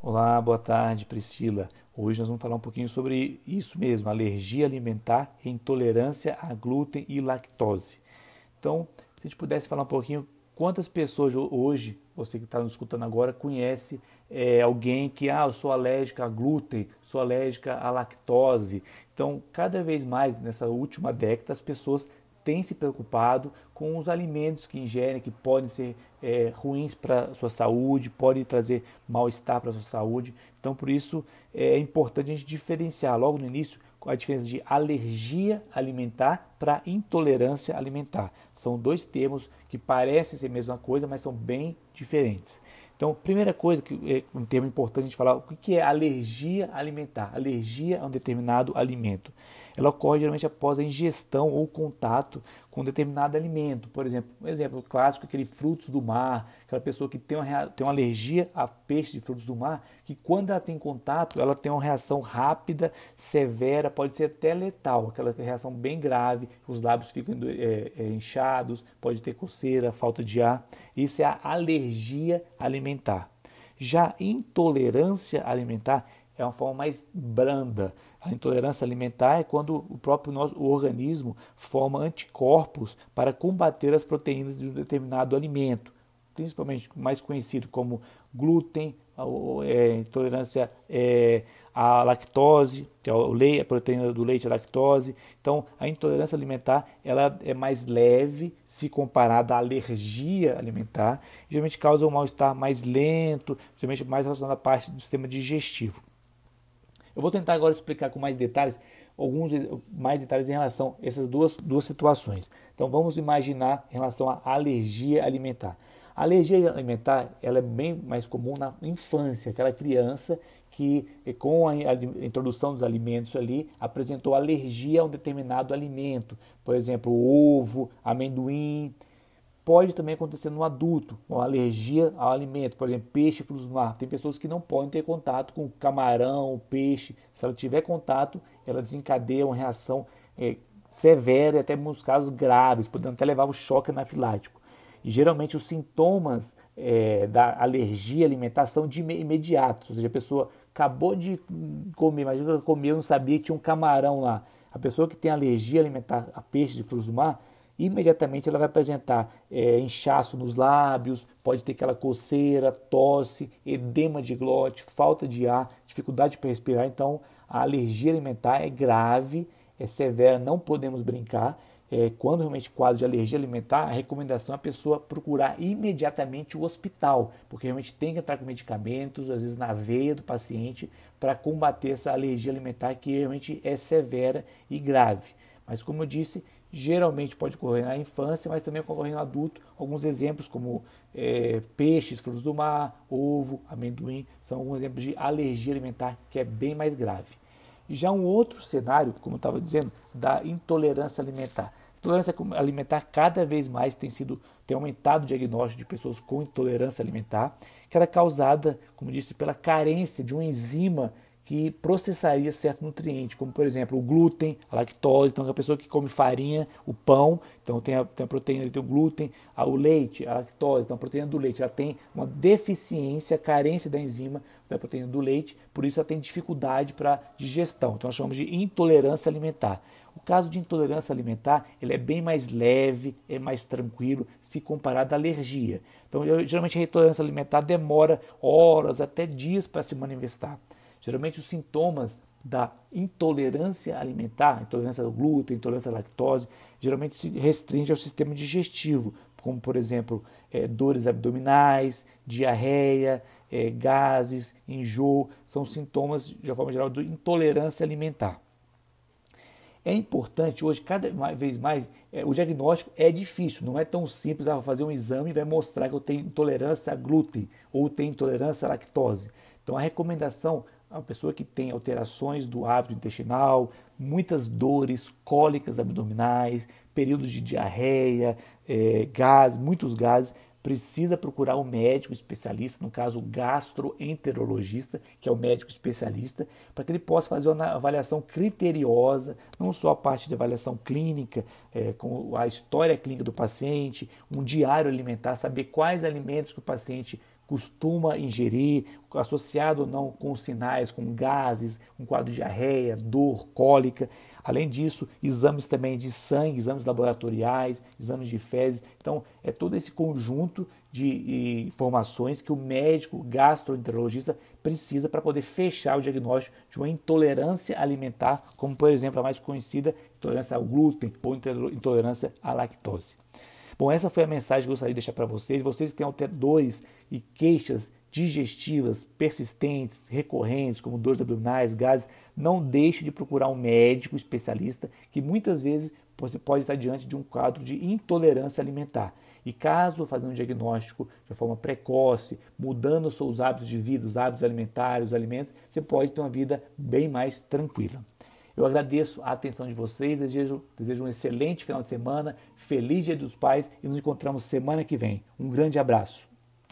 Olá, boa tarde, Priscila. Hoje nós vamos falar um pouquinho sobre isso mesmo, alergia alimentar e intolerância a glúten e lactose. Então, se a gente pudesse falar um pouquinho, quantas pessoas hoje, você que está nos escutando agora, conhece alguém que, eu sou alérgica a glúten, sou alérgica à lactose. Então, cada vez mais, nessa última década, as pessoas têm se preocupado com os alimentos que ingerem, que podem ser ruins para a sua saúde, podem trazer mal-estar para a sua saúde. Então, por isso, é importante a gente diferenciar logo no início a diferença de alergia alimentar para intolerância alimentar. São dois termos que parecem ser a mesma coisa, mas são bem diferentes. Então, primeira coisa, que é um termo importante a gente falar, o que é alergia alimentar? Alergia a um determinado alimento. Ela ocorre geralmente após a ingestão ou contato com um determinado alimento. Por exemplo, um exemplo clássico, aquele frutos do mar, aquela pessoa que tem uma alergia a peixes e frutos do mar, que quando ela tem contato, ela tem uma reação rápida, severa, pode ser até letal, aquela reação bem grave, os lábios ficam inchados, pode ter coceira, falta de ar. Isso é a alergia alimentar. Já intolerância alimentar é uma forma mais branda. A intolerância alimentar é quando o próprio nosso organismo forma anticorpos para combater as proteínas de um determinado alimento, principalmente mais conhecido como glúten, intolerância à lactose, que é a proteína do leite, a lactose. Então, a intolerância alimentar ela é mais leve se comparada à alergia alimentar. Geralmente causa um mal-estar mais lento, geralmente mais relacionado à parte do sistema digestivo. Eu vou tentar agora explicar com mais detalhes, alguns mais detalhes em relação a essas duas situações. Então vamos imaginar em relação à alergia alimentar. A alergia alimentar ela é bem mais comum na infância, aquela criança que com a introdução dos alimentos ali apresentou alergia a um determinado alimento, por exemplo, ovo, amendoim. Pode também acontecer no adulto, uma alergia ao alimento, por exemplo, peixe, frutos do mar. Tem pessoas que não podem ter contato com camarão, peixe. Se ela tiver contato, ela desencadeia uma reação severa e até em alguns casos graves, podendo até levar ao choque anafilático. E geralmente os sintomas da alergia alimentar são imediatos, ou seja, a pessoa acabou de comer, imagina que ela comeu, não sabia que tinha um camarão lá. A pessoa que tem alergia alimentar a peixes e frutos do mar, imediatamente ela vai apresentar inchaço nos lábios, pode ter aquela coceira, tosse, edema de glote, falta de ar, dificuldade para respirar. Então, a alergia alimentar é grave, é severa, não podemos brincar. Quando realmente quadro de alergia alimentar, a recomendação é a pessoa procurar imediatamente o hospital, porque realmente tem que entrar com medicamentos, às vezes na veia do paciente, para combater essa alergia alimentar que realmente é severa e grave. Mas como eu disse, geralmente pode ocorrer na infância, mas também ocorre no adulto. Alguns exemplos como peixes, frutos do mar, ovo, amendoim, são alguns exemplos de alergia alimentar que é bem mais grave. E já um outro cenário, como eu estava dizendo, da intolerância alimentar. Intolerância alimentar cada vez mais tem aumentado o diagnóstico de pessoas com intolerância alimentar, que era causada, como disse, pela carência de uma enzima que processaria certo nutriente, como por exemplo o glúten, a lactose. Então a pessoa que come farinha, o pão, então tem a proteína, tem o glúten, o leite, a lactose, então a proteína do leite, ela tem uma deficiência, carência da enzima da proteína do leite, por isso ela tem dificuldade para digestão. Então nós chamamos de intolerância alimentar. O caso de intolerância alimentar, ele é bem mais leve, é mais tranquilo se comparado à alergia. Então geralmente a intolerância alimentar demora horas, até dias para se manifestar. Geralmente os sintomas da intolerância alimentar, intolerância ao glúten, intolerância à lactose, geralmente se restringe ao sistema digestivo, como por exemplo dores abdominais, diarreia, gases, enjoo, são sintomas de forma geral de intolerância alimentar. É importante hoje, cada vez mais, o diagnóstico é difícil, não é tão simples, vou fazer um exame e vai mostrar que eu tenho intolerância a glúten ou tenho intolerância à lactose. Então a recomendação, a pessoa que tem alterações do hábito intestinal, muitas dores, cólicas abdominais, períodos de diarreia, muitos gases, precisa procurar um médico especialista, no caso o gastroenterologista, que é o médico especialista, para que ele possa fazer uma avaliação criteriosa, não só a parte de avaliação clínica, com a história clínica do paciente, um diário alimentar, saber quais alimentos que o paciente costuma ingerir, associado ou não com sinais, com gases, um quadro de diarreia, dor, cólica. Além disso, exames também de sangue, exames laboratoriais, exames de fezes. Então, é todo esse conjunto de informações que o médico gastroenterologista precisa para poder fechar o diagnóstico de uma intolerância alimentar, como, por exemplo, a mais conhecida, intolerância ao glúten ou intolerância à lactose. Bom, essa foi a mensagem que eu gostaria de deixar para vocês. Vocês que têm dores e queixas digestivas persistentes, recorrentes, como dores abdominais, gases, não deixe de procurar um médico especialista que muitas vezes você pode estar diante de um quadro de intolerância alimentar. E caso fazendo um diagnóstico de forma precoce, mudando os seus hábitos de vida, os hábitos alimentares, os alimentos, você pode ter uma vida bem mais tranquila. Eu agradeço a atenção de vocês, desejo um excelente final de semana, feliz Dia dos Pais e nos encontramos semana que vem. Um grande abraço.